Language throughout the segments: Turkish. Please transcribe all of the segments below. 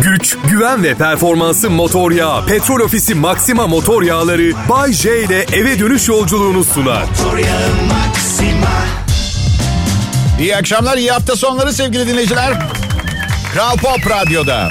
Güç, güven ve performansı motor yağı. Petrol Ofisi Maxima motor yağları Bay J ile eve dönüş yolculuğunu sunar. İyi akşamlar, iyi hafta sonları sevgili dinleyiciler. Kral Pop Radyo'da.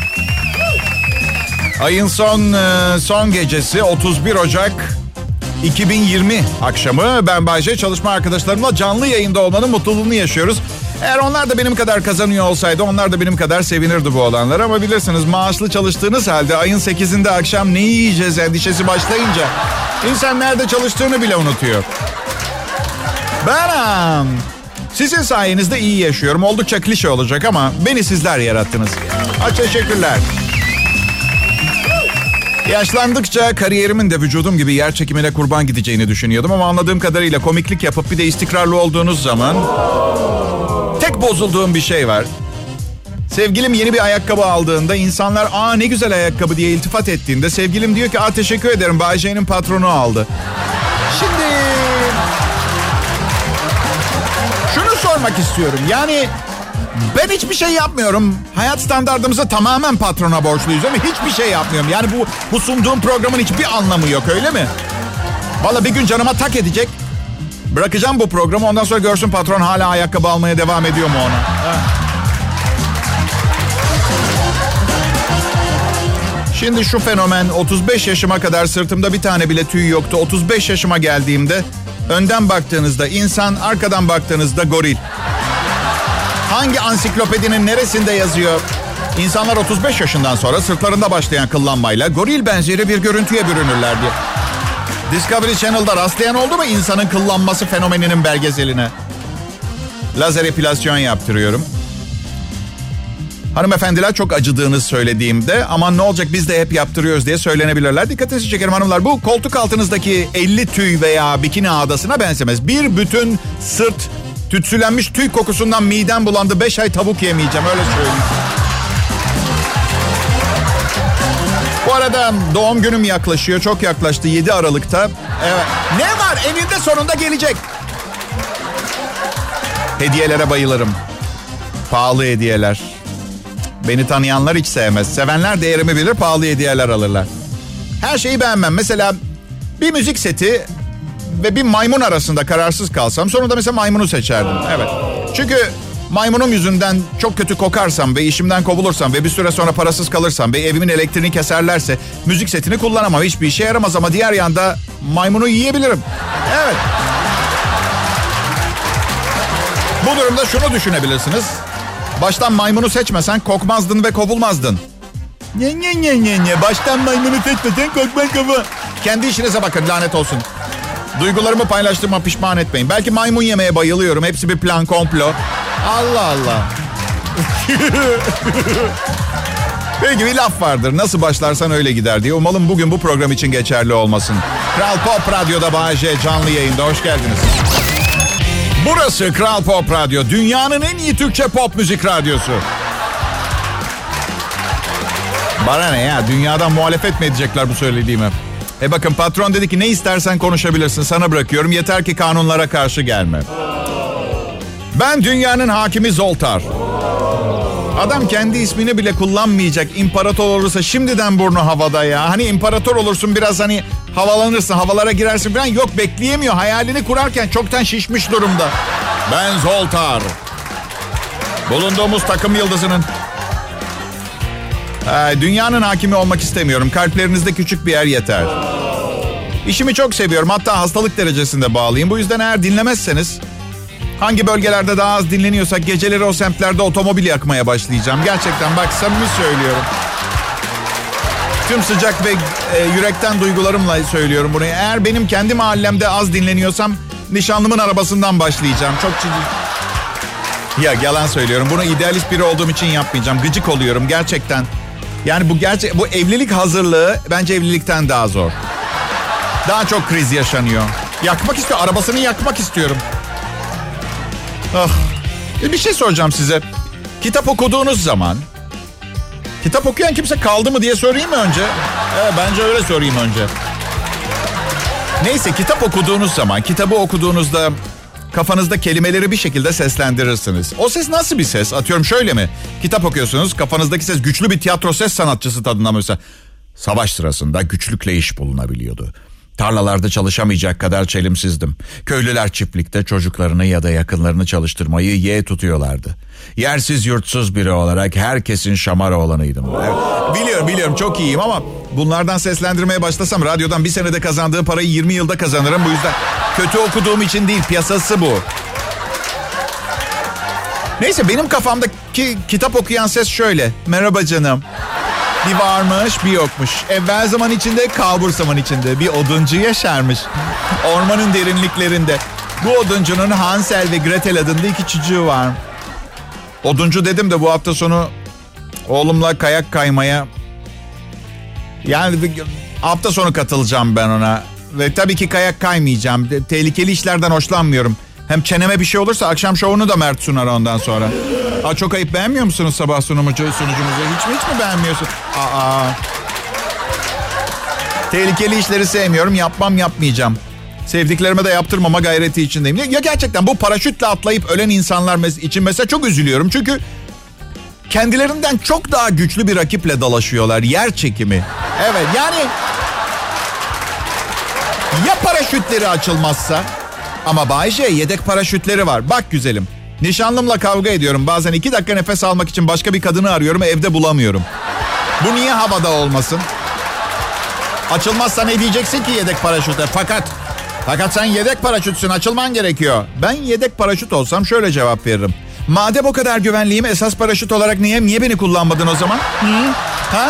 Ayın son gecesi 31 Ocak 2020 akşamı. Ben Bay J, çalışma arkadaşlarımla canlı yayında olmanın mutluluğunu yaşıyoruz. Eğer onlar da benim kadar kazanıyor olsaydı onlar da benim kadar sevinirdi bu olanlar. Ama bilirsiniz, maaşlı çalıştığınız halde ayın 8'inde akşam ne yiyeceğiz endişesi başlayınca insan nerede çalıştığını bile unutuyor. Ben sizin sayenizde iyi yaşıyorum. Oldukça klişe olacak ama beni sizler yarattınız. Teşekkürler. Yaşlandıkça kariyerimin de vücudum gibi yer çekimine kurban gideceğini düşünüyordum. Ama anladığım kadarıyla komiklik yapıp bir de istikrarlı olduğunuz zaman tek bozulduğum bir şey var. Sevgilim yeni bir ayakkabı aldığında insanlar "Aa ne güzel ayakkabı" diye iltifat ettiğinde sevgilim diyor ki "Aa teşekkür ederim, Bay J'nin patronu aldı." Şimdi şunu sormak istiyorum. Yani ben hiçbir şey yapmıyorum. Hayat standardımızı tamamen patrona borçluyuz ama hiçbir şey yapmıyorum. Yani bu sunduğum programın hiçbir anlamı yok, öyle mi? Vallahi bir gün canıma tak edecek. Bırakacağım bu programı, ondan sonra görsün patron hala ayakkabı almaya devam ediyor mu ona. Şimdi şu fenomen, 35 yaşıma kadar sırtımda bir tane bile tüy yoktu. 35 yaşıma geldiğimde önden baktığınızda insan, arkadan baktığınızda goril. Hangi ansiklopedinin neresinde yazıyor? İnsanlar 35 yaşından sonra sırtlarında başlayan kıllanmayla goril benzeri bir görüntüye bürünürler diye. Discovery Channel'da rastlayan oldu mu insanın kıllanması fenomeninin belgeseline? Lazer epilasyon yaptırıyorum. Hanımefendiler çok acıdığını söylediğimde aman ne olacak biz de hep yaptırıyoruz diye söylenebilirler. Dikkatinizi çekerim hanımlar, bu koltuk altınızdaki 50 tüy veya bikini ağdasına benzemez. Bir bütün sırt tütsülenmiş tüy kokusundan midem bulandı. 5 ay tavuk yemeyeceğim, öyle söyleyeyim. Bu arada doğum günüm yaklaşıyor. Çok yaklaştı, 7 Aralık'ta. Evet. Ne var? Eninde sonunda gelecek. Hediyelere bayılırım. Pahalı hediyeler. Beni tanıyanlar hiç sevmez. Sevenler değerimi bilir, pahalı hediyeler alırlar. Her şeyi beğenmem. Mesela bir müzik seti ve bir maymun arasında kararsız kalsam sonunda mesela maymunu seçerdim. Evet. Çünkü maymunum yüzünden çok kötü kokarsam ve işimden kovulursam ve bir süre sonra parasız kalırsam ve evimin elektriğini keserlerse müzik setini kullanamam. Hiçbir işe yaramaz ama diğer yanda maymunu yiyebilirim. Evet. Bu durumda şunu düşünebilirsiniz. Baştan maymunu seçmesen kokmazdın ve kovulmazdın. Ne. Baştan maymunu seçmesen kokman kovu. Kendi işinize bakın, lanet olsun. Duygularımı paylaştığıma pişman etmeyin. Belki maymun yemeye bayılıyorum. Hepsi bir plan, komplo. Allah Allah. Peki bir laf vardır. Nasıl başlarsan öyle gider diye. Umalım bugün bu program için geçerli olmasın. Kral Pop Radyo'da Bay J canlı yayında. Hoş geldiniz. Burası Kral Pop Radyo. Dünyanın en iyi Türkçe pop müzik radyosu. Bana ne ya? Dünyadan muhalefet mi edecekler bu söylediğime? Bakın patron dedi ki ne istersen konuşabilirsin. Sana bırakıyorum. Yeter ki kanunlara karşı gelme. Ben dünyanın hakimi Zoltar. Adam kendi ismini bile kullanmayacak. İmparator olursa şimdiden burnu havada ya. Hani imparator olursun biraz, hani havalanırsın, havalara girersin falan. Yok, bekleyemiyor. Hayalini kurarken çoktan şişmiş durumda. Ben Zoltar. Bulunduğumuz takım yıldızının. Dünyanın hakimi olmak istemiyorum. Kalplerinizde küçük bir yer yeter. İşimi çok seviyorum. Hatta hastalık derecesinde bağlıyım. Bu yüzden eğer dinlemezseniz, hangi bölgelerde daha az dinleniyorsak geceleri o semtlerde otomobil yakmaya başlayacağım. Gerçekten bak, samimi söylüyorum. Tüm sıcak ve yürekten duygularımla söylüyorum bunu. Eğer benim kendi mahallemde az dinleniyorsam nişanlımın arabasından başlayacağım. Çok ciddi. Ya yalan söylüyorum. Bunu idealist biri olduğum için yapmayacağım. Gıcık oluyorum gerçekten. Yani bu evlilik hazırlığı bence evlilikten daha zor. Daha çok kriz yaşanıyor. Yakmak istiyor. Arabasını yakmak istiyorum. Bir şey soracağım size. Kitap okuduğunuz zaman, kitap okuyan kimse kaldı mı diye sorayım mı önce? Bence öyle sorayım önce. Neyse, kitap okuduğunuz zaman, kitabı okuduğunuzda kafanızda kelimeleri bir şekilde seslendirirsiniz. O ses nasıl bir ses? Atıyorum şöyle mi? Kitap okuyorsunuz, kafanızdaki ses güçlü bir tiyatro ses sanatçısı tadında mesela. Savaş sırasında güçlükle iş bulunabiliyordu. Tarlalarda çalışamayacak kadar çelimsizdim. Köylüler çiftlikte çocuklarını ya da yakınlarını çalıştırmayı yeğ tutuyorlardı. Yersiz yurtsuz biri olarak herkesin şamar oğlanıydım. Evet, biliyorum çok iyiyim ama bunlardan seslendirmeye başlasam radyodan bir senede kazandığım parayı 20 yılda kazanırım. Bu yüzden kötü okuduğum için değil, piyasası bu. Neyse, benim kafamdaki kitap okuyan ses şöyle. Merhaba canım. Bir varmış bir yokmuş. Evvel zaman içinde, kalbur zaman içinde bir oduncu yaşarmış. Ormanın derinliklerinde. Bu oduncunun Hansel ve Gretel adında 2 çocuğu var. Oduncu dedim de bu hafta sonu oğlumla kayak kaymaya... Yani hafta sonu katılacağım ben ona. Ve tabii ki kayak kaymayacağım. Tehlikeli işlerden hoşlanmıyorum. Hem çeneme bir şey olursa akşam şovunu da Mert sunar ondan sonra. Çok ayıp, beğenmiyor musunuz sabah sunucumuzu? Hiç mi beğenmiyorsun? Tehlikeli işleri sevmiyorum. Yapmayacağım. Sevdiklerime de yaptırmama gayreti içindeyim. Ya gerçekten bu paraşütle atlayıp ölen insanlar için mesela çok üzülüyorum. Çünkü kendilerinden çok daha güçlü bir rakiple dalaşıyorlar. Yer çekimi. Evet, yani ya paraşütleri açılmazsa? Ama Bayce, yedek paraşütleri var. Bak güzelim. Nişanlımla kavga ediyorum. Bazen 2 dakika nefes almak için başka bir kadını arıyorum. Evde bulamıyorum. Bu niye havada olmasın? Açılmazsa ne diyeceksin ki yedek paraşüte? Fakat sen yedek paraşütsün. Açılman gerekiyor. Ben yedek paraşüt olsam şöyle cevap veririm. Madem o kadar güvenliyim, esas paraşüt olarak niye beni kullanmadın o zaman? Ha?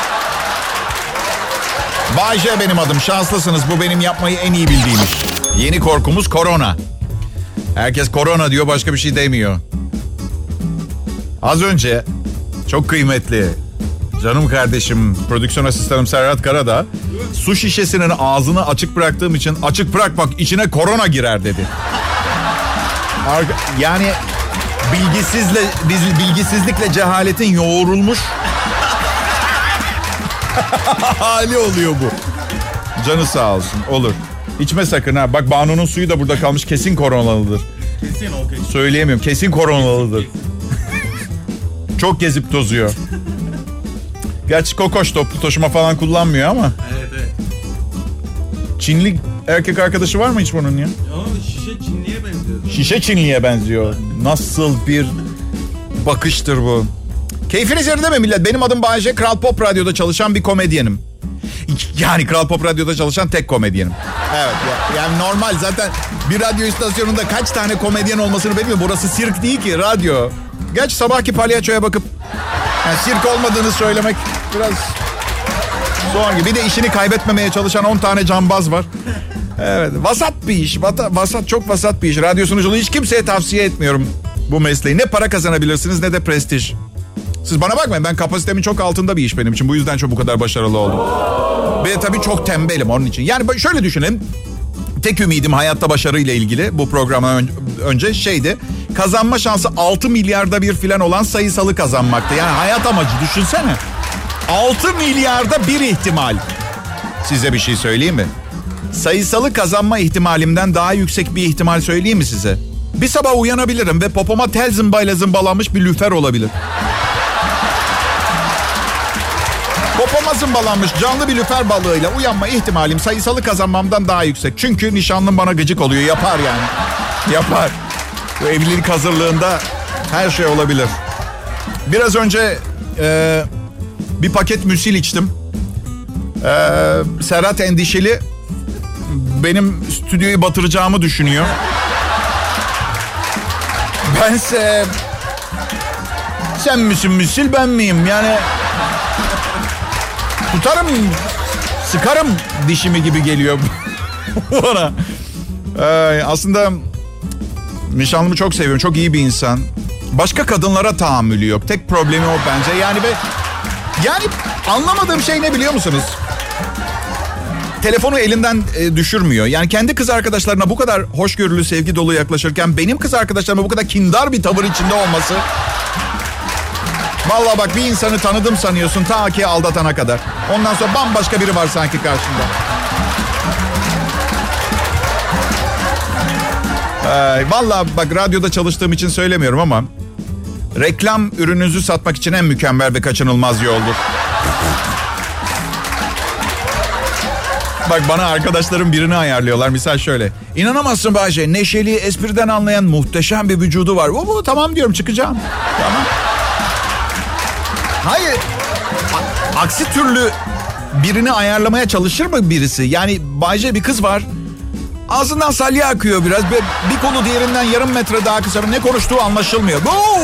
Bayce benim adım. Şanslısınız. Bu benim yapmayı en iyi bildiğim iş. Yeni korkumuz korona. Herkes korona diyor, başka bir şey demiyor. Az önce çok kıymetli canım kardeşim, prodüksiyon asistanım Serhat Karadağ, su şişesinin ağzını açık bıraktığım için açık bırak bak içine korona girer dedi. Yani bilgisizlikle cehaletin yoğrulmuş hali oluyor bu. Canı sağ olsun, olur. İçme sakın ha. Bak Banu'nun suyu da burada kalmış. Kesin koronalıdır. Kesin okey. Söyleyemiyorum. Kesin koronalıdır. Çok gezip tozuyor. Gerçi kokoş toplu taşıma falan kullanmıyor ama. Evet. Çinli erkek arkadaşı var mı hiç bunun ya? Ama şişe Çinli'ye benziyor. Şişe Çinli'ye benziyor. Nasıl bir bakıştır bu. Keyfiniz yerinde mi millet? Benim adım Bayece. Kral Pop Radyo'da çalışan bir komedyenim. Yani Kral Pop Radyo'da çalışan tek komedyenim. Evet yani normal zaten bir radyo istasyonunda kaç tane komedyen olmasını bilmiyorum. Burası sirk değil ki, radyo. Gerçi sabahki palyaçoya bakıp yani sirk olmadığını söylemek biraz zor gibi. Bir de işini kaybetmemeye çalışan 10 tane cambaz var. Evet, vasat bir iş. Çok vasat bir iş. Radyo sunuculuğu hiç kimseye tavsiye etmiyorum bu mesleği. Ne para kazanabilirsiniz ne de prestij. Siz bana bakmayın, ben kapasitemin çok altında bir iş benim için. Bu yüzden çok bu kadar başarılı oldum. Ve tabii çok tembelim onun için. Yani şöyle düşünelim. Tek ümidim hayatta başarıyla ilgili bu programdan önce şeydi. Kazanma şansı 6 milyarda bir filan olan sayısalı kazanmaktı. Yani hayat amacı düşünsene. 6 milyarda bir ihtimal. Size bir şey söyleyeyim mi? Sayısalı kazanma ihtimalimden daha yüksek bir ihtimal söyleyeyim mi size? Bir sabah uyanabilirim ve popoma tel zımbayla zımbalanmış bir lüfer olabilir. Popoma zımbalanmış canlı bir lüfer balığıyla uyanma ihtimalim sayısalı kazanmamdan daha yüksek. Çünkü nişanlım bana gıcık oluyor. Yapar yani. Yapar. Bu evlilik hazırlığında her şey olabilir. Biraz önce bir paket müsil içtim. Serhat endişeli. Benim stüdyoyu batıracağımı düşünüyor. Bense... Sen misin müsil, ben miyim? Yani... Tutarım, sıkarım dişimi gibi geliyor bana. Aslında nişanlımı çok seviyorum. Çok iyi bir insan. Başka kadınlara tahammülü yok. Tek problemi o bence. Yani anlamadığım şey ne biliyor musunuz? Telefonu elinden düşürmüyor. Yani kendi kız arkadaşlarına bu kadar hoşgörülü, sevgi dolu yaklaşırken benim kız arkadaşlarıma bu kadar kindar bir tavır içinde olması... Vallahi bak, bir insanı tanıdım sanıyorsun ta ki aldatana kadar. Ondan sonra bambaşka biri var sanki karşında. Vallahi bak, radyoda çalıştığım için söylemiyorum ama reklam ürününüzü satmak için en mükemmel ve kaçınılmaz yoldur. Bak, bana arkadaşlarım birini ayarlıyorlar. Misal şöyle: İnanamazsın Bayce, neşeli, espriden anlayan muhteşem bir vücudu var. Bu tamam diyorum, çıkacağım. Tamam. Hayır. Aksi türlü birini ayarlamaya çalışır mı birisi? Yani Bayce, bir kız var. Ağzından salya akıyor biraz. Bir kolu diğerinden yarım metre daha kısa. Ne konuştuğu anlaşılmıyor.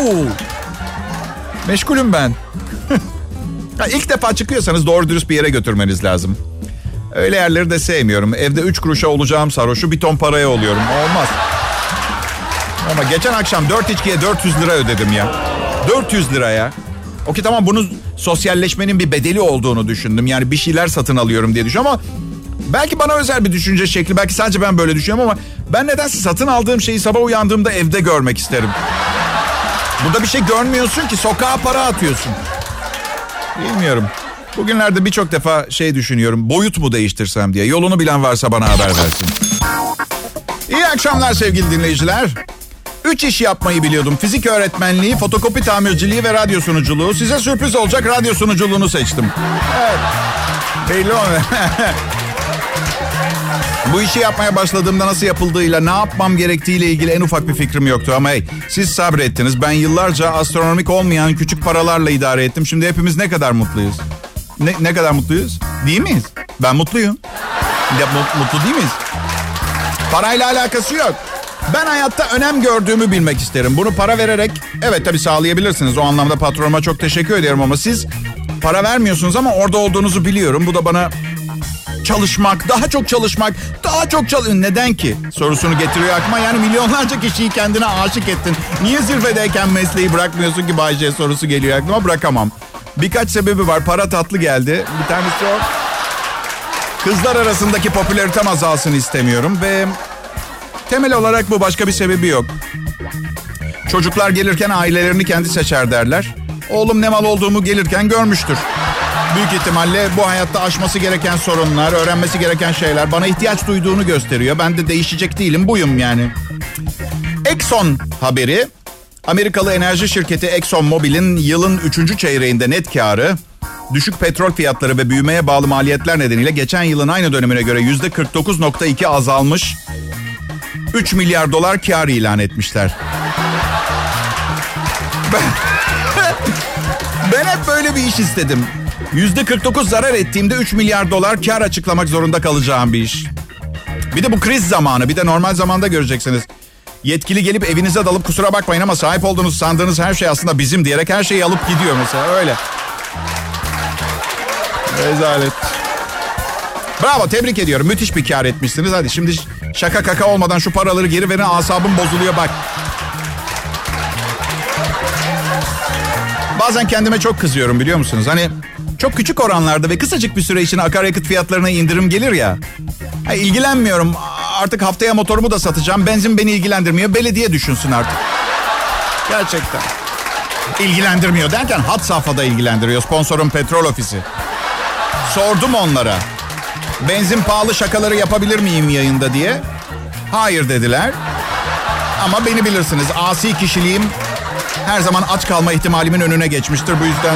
Meşgulüm ben. İlk defa çıkıyorsanız doğru dürüst bir yere götürmeniz lazım. Öyle yerleri de sevmiyorum. Evde 3 kuruşa olacağım sarhoşu bir ton paraya oluyorum. Olmaz. Ama geçen akşam 4 içkiye 400 lira ödedim ya. 400 lira ya. Okey, tamam, bunun sosyalleşmenin bir bedeli olduğunu düşündüm. Yani bir şeyler satın alıyorum diye düşünüyorum ama belki bana özel bir düşünce şekli. Belki sadece ben böyle düşünüyorum ama ben nedense satın aldığım şeyi sabah uyandığımda evde görmek isterim. Burada bir şey görmüyorsun ki, sokağa para atıyorsun. Bilmiyorum. Bugünlerde birçok defa düşünüyorum. Boyut mu değiştirsem diye. Yolunu bilen varsa bana haber versin. İyi akşamlar sevgili dinleyiciler. 3 iş yapmayı biliyordum. Fizik öğretmenliği, fotokopi tamirciliği ve radyo sunuculuğu. Size sürpriz olacak, radyo sunuculuğunu seçtim. Evet. Belli olmuyor. Bu işi yapmaya başladığımda nasıl yapıldığıyla, ne yapmam gerektiğiyle ilgili en ufak bir fikrim yoktu. Ama siz sabrettiniz. Ben yıllarca astronomik olmayan küçük paralarla idare ettim. Şimdi hepimiz ne kadar mutluyuz. Ne kadar mutluyuz? Değil miyiz? Ben mutluyum. Mutlu değil miyiz? Parayla alakası yok. Ben hayatta önem gördüğümü bilmek isterim. Bunu para vererek, evet tabii sağlayabilirsiniz. O anlamda patronuma çok teşekkür ediyorum ama siz para vermiyorsunuz ama orada olduğunuzu biliyorum. Bu da bana çalışmak, daha çok çalışmak, neden ki sorusunu getiriyor aklıma. Yani milyonlarca kişiyi kendine aşık ettin. Niye zirvedeyken mesleği bırakmıyorsun ki Bayce sorusu geliyor aklıma. Bırakamam. Birkaç sebebi var. Para tatlı geldi. Bir tanesi o. Kızlar arasındaki popülaritem azalsın istemiyorum ve temel olarak bu, başka bir sebebi yok. Çocuklar gelirken ailelerini kendi seçer derler. Oğlum ne mal olduğumu gelirken görmüştür. Büyük ihtimalle bu hayatta aşması gereken sorunlar, öğrenmesi gereken şeyler, bana ihtiyaç duyduğunu gösteriyor. Ben de değişecek değilim, buyum yani. Exxon haberi. Amerikalı enerji şirketi ExxonMobil'in yılın 3. çeyreğinde net karı, düşük petrol fiyatları ve büyümeye bağlı maliyetler nedeniyle geçen yılın aynı dönemine göre %49.2 azalmış, 3 milyar dolar kar ilan etmişler. Ben hep böyle bir iş istedim. %49 zarar ettiğimde 3 milyar dolar kar açıklamak zorunda kalacağım bir iş. Bir de bu kriz zamanı, bir de normal zamanda göreceksiniz. Yetkili gelip evinize dalıp kusura bakmayın ama sahip olduğunuz sandığınız her şey aslında bizim diyerek her şeyi alıp gidiyor mesela, öyle. Rezalet. Bravo, tebrik ediyorum. Müthiş bir kar etmişsiniz. Hadi şimdi şaka kaka olmadan şu paraları geri verin, asabım bozuluyor bak. Bazen kendime çok kızıyorum, biliyor musunuz? Hani çok küçük oranlarda ve kısacık bir süre için akaryakıt fiyatlarına indirim gelir ya. İlgilenmiyorum. Artık haftaya motorumu da satacağım. Benzin beni ilgilendirmiyor. Belediye düşünsün artık. Gerçekten. İlgilendirmiyor derken had safhada ilgilendiriyor. Sponsorum Petrol Ofisi. Sordum onlara. Benzin pahalı şakaları yapabilir miyim yayında diye. Hayır dediler. Ama beni bilirsiniz. Asi kişiliğim her zaman aç kalma ihtimalimin önüne geçmiştir. Bu yüzden...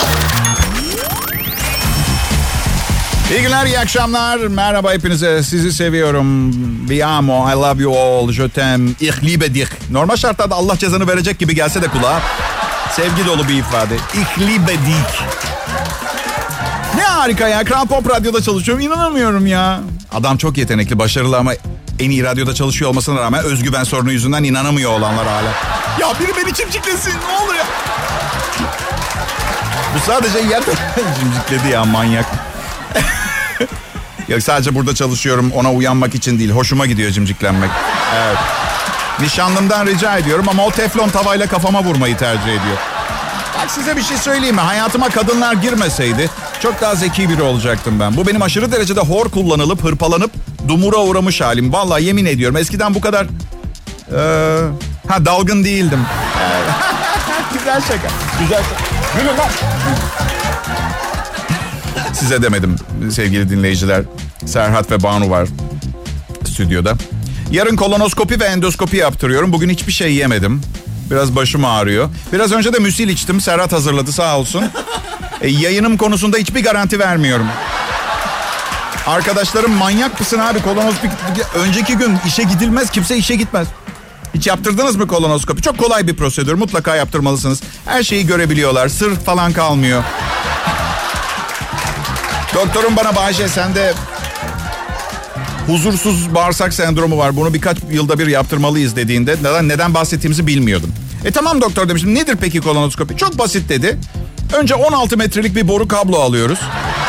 İyi günler, iyi akşamlar. Merhaba hepinize. Sizi seviyorum. Vi amo, I love you all. Je t'aime, ich liebe dich. Normal şartlarda Allah cezanı verecek gibi gelse de kulağa, sevgi dolu bir ifade. Ich liebe dich. Ne harika ya. Kral Pop Radyo'da çalışıyorum. İnanamıyorum ya. Adam çok yetenekli, başarılı ama en iyi radyoda çalışıyor olmasına rağmen özgüven sorunu yüzünden inanamıyor olanlar hala. Ya biri beni çimciklesin. Ne olur ya. Bu sadece yer çimcikledi ya, manyak. Yok, sadece burada çalışıyorum ona uyanmak için değil. Hoşuma gidiyor cimciklenmek. Evet. Nişanlımdan rica ediyorum ama o teflon tavayla kafama vurmayı tercih ediyor. Bak size bir şey söyleyeyim mi? Hayatıma kadınlar girmeseydi çok daha zeki biri olacaktım ben. Bu benim aşırı derecede hor kullanılıp, hırpalanıp, dumura uğramış halim. Vallahi yemin ediyorum eskiden bu kadar dalgın değildim. Güzel şaka. Güzel şaka. Gülün lan. Size demedim sevgili dinleyiciler. Serhat ve Banu var stüdyoda. Yarın kolonoskopi ve endoskopi yaptırıyorum. Bugün hiçbir şey yemedim. Biraz başım ağrıyor. Biraz önce de müsil içtim. Serhat hazırladı sağ olsun. Yayınım konusunda hiçbir garanti vermiyorum. Arkadaşlarım manyak mısın abi kolonoskopi? Önceki gün işe gidilmez, kimse işe gitmez. Hiç yaptırdınız mı kolonoskopi? Çok kolay bir prosedür, mutlaka yaptırmalısınız. Her şeyi görebiliyorlar, sır falan kalmıyor. Doktorum bana Bayce sende huzursuz bağırsak sendromu var. Bunu birkaç yılda bir yaptırmalıyız dediğinde neden bahsettiğimizi bilmiyordum. Tamam doktor demiştim. Nedir peki kolonoskopi? Çok basit dedi. Önce 16 metrelik bir boru kablo alıyoruz.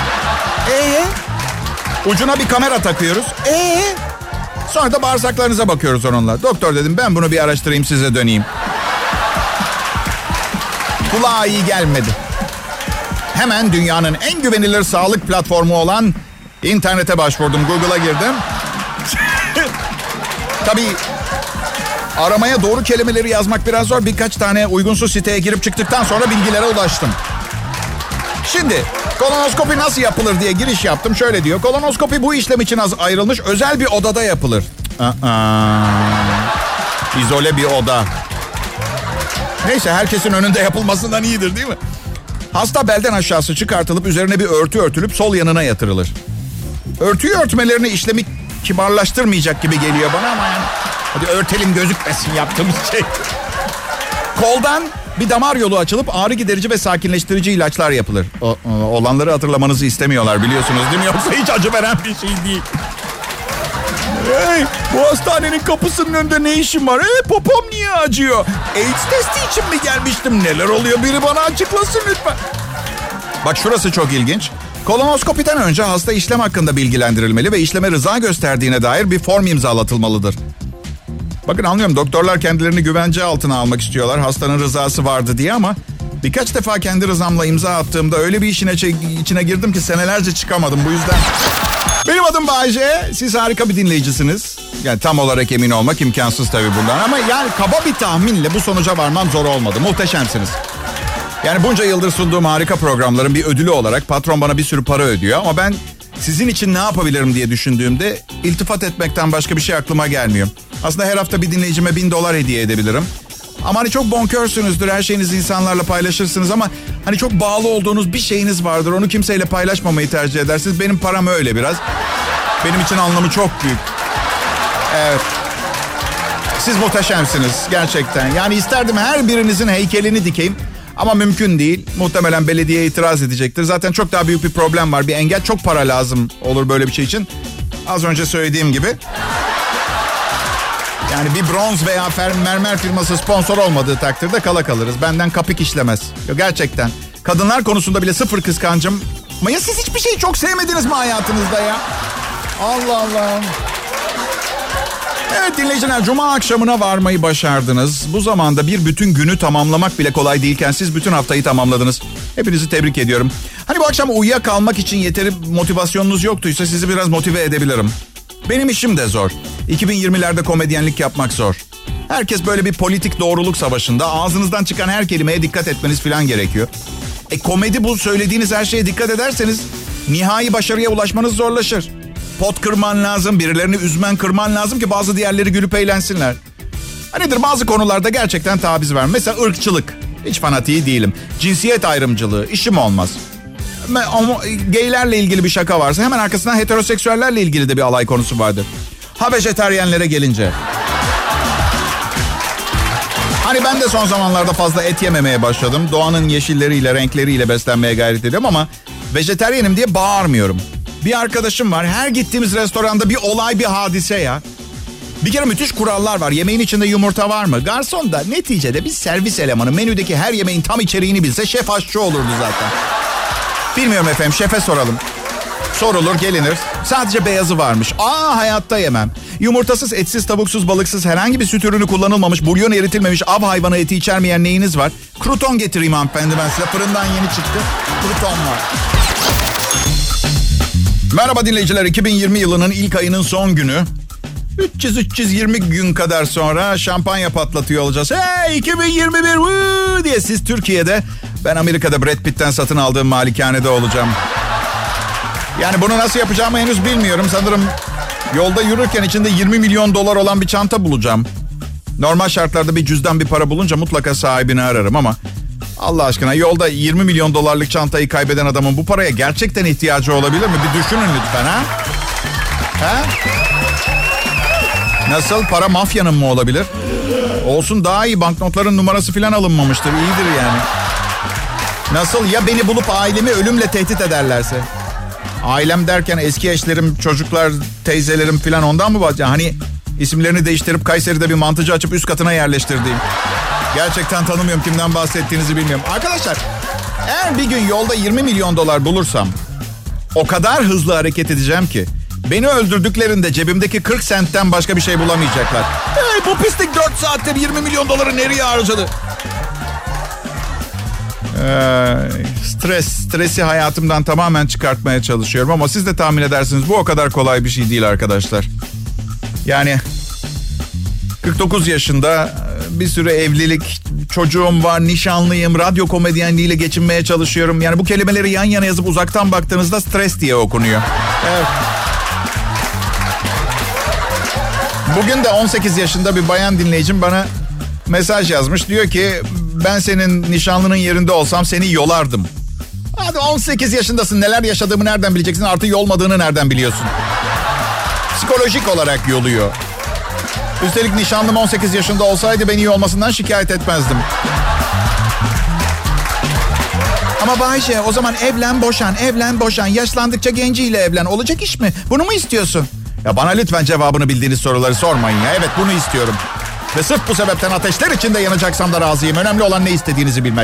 Ucuna bir kamera takıyoruz. Sonra da bağırsaklarınıza bakıyoruz onunla. Doktor dedim ben bunu bir araştırayım size döneyim. Kulağa iyi gelmedi. Hemen dünyanın en güvenilir sağlık platformu olan internete başvurdum. Google'a girdim. Tabii aramaya doğru kelimeleri yazmak biraz zor. Birkaç tane uygunsuz siteye girip çıktıktan sonra bilgilere ulaştım. Şimdi kolonoskopi nasıl yapılır diye giriş yaptım. Şöyle diyor. Kolonoskopi bu işlem için ayrılmış özel bir odada yapılır. İzole bir oda. Neyse herkesin önünde yapılmasından iyidir değil mi? Hasta belden aşağısı çıkartılıp üzerine bir örtü örtülüp sol yanına yatırılır. Örtüyü örtmelerini işlemi kibarlaştırmayacak gibi geliyor bana ama yani. Hadi örtelim gözükmesin yaptığımız şey. Koldan bir damar yolu açılıp ağrı giderici ve sakinleştirici ilaçlar yapılır. Olanları hatırlamanızı istemiyorlar biliyorsunuz değil mi? Yoksa hiç acı veren bir şey değil. Hey, bu hastanenin kapısının önünde ne işim var? Popom niye acıyor? AIDS testi için mi gelmiştim? Neler oluyor? Biri bana açıklasın lütfen. Bak şurası çok ilginç. Kolonoskopiden önce hasta işlem hakkında bilgilendirilmeli ve işleme rıza gösterdiğine dair bir form imzalatılmalıdır. Bakın anlıyorum doktorlar kendilerini güvence altına almak istiyorlar. Hastanın rızası vardı diye ama birkaç defa kendi rızamla imza attığımda öyle bir işin içine girdim ki senelerce çıkamadım bu yüzden. Benim adım Bayce. Siz harika bir dinleyicisiniz. Yani tam olarak emin olmak imkansız tabii bundan ama yani kaba bir tahminle bu sonuca varmam zor olmadı. Muhteşemsiniz. Yani bunca yıldır sunduğum harika programların bir ödülü olarak patron bana bir sürü para ödüyor ama ben sizin için ne yapabilirim diye düşündüğümde iltifat etmekten başka bir şey aklıma gelmiyor. Aslında her hafta bir dinleyicime $1000 hediye edebilirim. Ama hani çok bonkörsünüzdür, her şeyinizi insanlarla paylaşırsınız ama hani çok bağlı olduğunuz bir şeyiniz vardır. Onu kimseyle paylaşmamayı tercih edersiniz. Benim param öyle biraz. Benim için anlamı çok büyük. Evet. Siz muhteşemsiniz gerçekten. Yani isterdim her birinizin heykelini dikeyim. Ama mümkün değil. Muhtemelen belediye itiraz edecektir. Zaten çok daha büyük bir problem var. Bir engel, çok para lazım olur böyle bir şey için. Az önce söylediğim gibi. Yani bir bronz veya mermer firması sponsor olmadığı takdirde kala kalırız. Benden kapik işlemez. Ya gerçekten. Kadınlar konusunda bile sıfır kıskancım. Ama ya siz hiçbir şeyi çok sevmediniz mi hayatınızda ya? Allah Allah. Evet dinleyiciler, cuma akşamına varmayı başardınız. Bu zamanda bir bütün günü tamamlamak bile kolay değilken siz bütün haftayı tamamladınız. Hepinizi tebrik ediyorum. Hani bu akşam uyuyakalmak için yeteri motivasyonunuz yoktuysa sizi biraz motive edebilirim. Benim işim de zor. 2020'lerde komedyenlik yapmak zor. Herkes böyle bir politik doğruluk savaşında. Ağzınızdan çıkan her kelimeye dikkat etmeniz falan gerekiyor. Komedi bu, söylediğiniz her şeye dikkat ederseniz nihai başarıya ulaşmanız zorlaşır. Pot kırman lazım, birilerini üzmen, kırman lazım ki bazı diğerleri gülüp eğlensinler. Nedir, bazı konularda gerçekten taviz ver. Mesela ırkçılık. Hiç fanatiği değilim. Cinsiyet ayrımcılığı. İşim olmaz. Ama gaylerle ilgili bir şaka varsa hemen arkasından heteroseksüellerle ilgili de bir alay konusu vardır. Ha vejetaryenlere gelince. Hani ben de son zamanlarda fazla et yememeye başladım. Doğanın yeşilleriyle, renkleriyle beslenmeye gayret ediyorum ama vejetaryenim diye bağırmıyorum. Bir arkadaşım var. Her gittiğimiz restoranda bir olay, bir hadise ya. Bir kere müthiş kurallar var. Yemeğin içinde yumurta var mı? Garson da neticede bir servis elemanı. Menüdeki her yemeğin tam içeriğini bilse şef aşçı olurdu zaten. Bilmiyorum efendim, şefe soralım. Sorulur, gelinir. Sadece beyazı varmış. Hayatta yemem. Yumurtasız, etsiz, tavuksuz, balıksız, herhangi bir süt ürünü kullanılmamış, bulyon eritilmemiş, av hayvanı eti içermeyen neyiniz var? Kruton getireyim hanımefendi ben size. Fırından yeni çıktı. Kruton var. Merhaba dinleyiciler. 2020 yılının ilk ayının son günü. 300-320 gün kadar sonra şampanya patlatıyor olacağız. Hey 2021 diye siz Türkiye'de, ben Amerika'da Brad Pitt'ten satın aldığım malikanede olacağım. Yani bunu nasıl yapacağımı henüz bilmiyorum. Sanırım Yolda yürürken içinde 20 milyon dolar olan bir çanta bulacağım. Normal şartlarda bir cüzdan bir para bulunca mutlaka sahibini ararım ama... Allah aşkına yolda 20 milyon dolarlık çantayı kaybeden adamın bu paraya gerçekten ihtiyacı olabilir mi? Bir düşünün lütfen ha? Ha? Nasıl? Para mafyanın mı olabilir? Olsun daha iyi, banknotların numarası falan alınmamıştır. İyidir yani. Nasıl? Ya beni bulup ailemi ölümle tehdit ederlerse? Ailem derken eski eşlerim, çocuklar, teyzelerim falan ondan mı bahsediyor? Hani isimlerini değiştirip Kayseri'de bir mantıcı açıp üst katına yerleştirdiğim. Gerçekten tanımıyorum, kimden bahsettiğinizi bilmiyorum. Arkadaşlar, eğer bir gün yolda 20 milyon dolar bulursam o kadar hızlı hareket edeceğim ki beni öldürdüklerinde cebimdeki 40 sentten başka bir şey bulamayacaklar. Hey, bu pislik 4 saattir 20 milyon doları nereye harcadı? Stresi hayatımdan tamamen çıkartmaya çalışıyorum ama siz de tahmin edersiniz bu o kadar kolay bir şey değil arkadaşlar. Yani 49 yaşında bir sürü evlilik, çocuğum var, nişanlıyım, radyo komedyenliğiyle geçinmeye çalışıyorum. Yani bu kelimeleri yan yana yazıp uzaktan baktığınızda stres diye okunuyor. Evet. Bugün de 18 yaşında bir bayan dinleyicim bana mesaj yazmış. Diyor ki ben senin nişanlının yerinde olsam seni yolardım. Hadi 18 yaşındasın, neler yaşadığımı nereden bileceksin, artı yolmadığını nereden biliyorsun? Psikolojik olarak yoluyor. Üstelik nişanlım 18 yaşında olsaydı beni iyi olmasından şikayet etmezdim. Ama Bayce o zaman evlen boşan. Yaşlandıkça genciyle evlen. Olacak iş mi? Bunu mu istiyorsun? Ya bana lütfen cevabını bildiğiniz soruları sormayın ya. Evet, bunu istiyorum. Ve sırf bu sebepten ateşler içinde yanacaksam da razıyım. Önemli olan ne istediğinizi bilmek.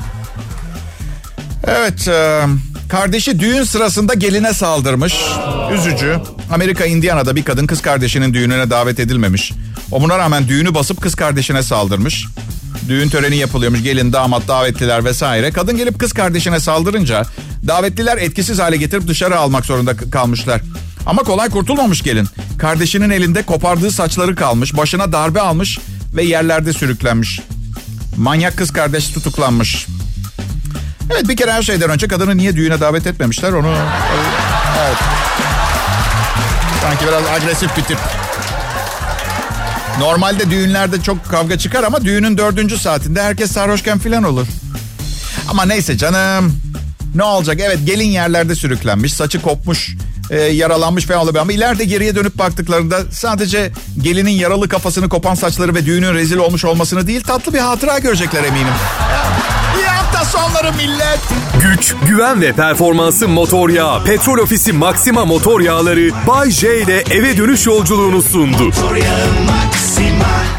Evet, kardeşi düğün sırasında geline saldırmış. Üzücü. Amerika Indiana'da bir kadın kız kardeşinin düğününe davet edilmemiş. O buna rağmen düğünü basıp kız kardeşine saldırmış. Düğün töreni yapılıyormuş. Gelin, damat, davetliler vesaire. Kadın gelip kız kardeşine saldırınca davetliler etkisiz hale getirip dışarı almak zorunda kalmışlar. Ama kolay kurtulmamış gelin. Kardeşinin elinde kopardığı saçları kalmış. Başına darbe almış ve yerlerde sürüklenmiş. Manyak kız kardeş tutuklanmış. Evet, bir kere her şeyden önce kadını niye düğüne davet etmemişler onu... Evet. Sanki biraz agresif bir tip. Normalde düğünlerde çok kavga çıkar ama düğünün 4. saatinde herkes sarhoşken filan olur. Ama neyse canım. Ne olacak? Evet, gelin yerlerde sürüklenmiş, saçı kopmuş, yaralanmış falan olabilir. Ama ileride geriye dönüp baktıklarında sadece gelinin yaralı kafasını, kopan saçları ve düğünün rezil olmuş olmasını değil, tatlı bir hatıra görecekler eminim. İyi hafta sonları millet. Güç, güven ve performansı motor yağı. Petrol Ofisi Maxima motor yağları Bay J ile eve dönüş yolculuğunu sundu. Motor yağı Maxima.